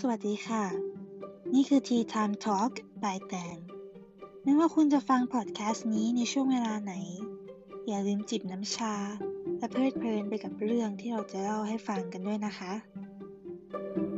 วัสดีค่ะ นี่คือ Tea Time Talk by แตงไม่ว่าคุณจะฟังพอดแคสต์นี้ในช่วงเวลาไหน อย่าลืมจิบน้ำชาและเพลิดเพลินไปกับเรื่องที่เราจะเล่าให้ฟังกันด้วยนะคะ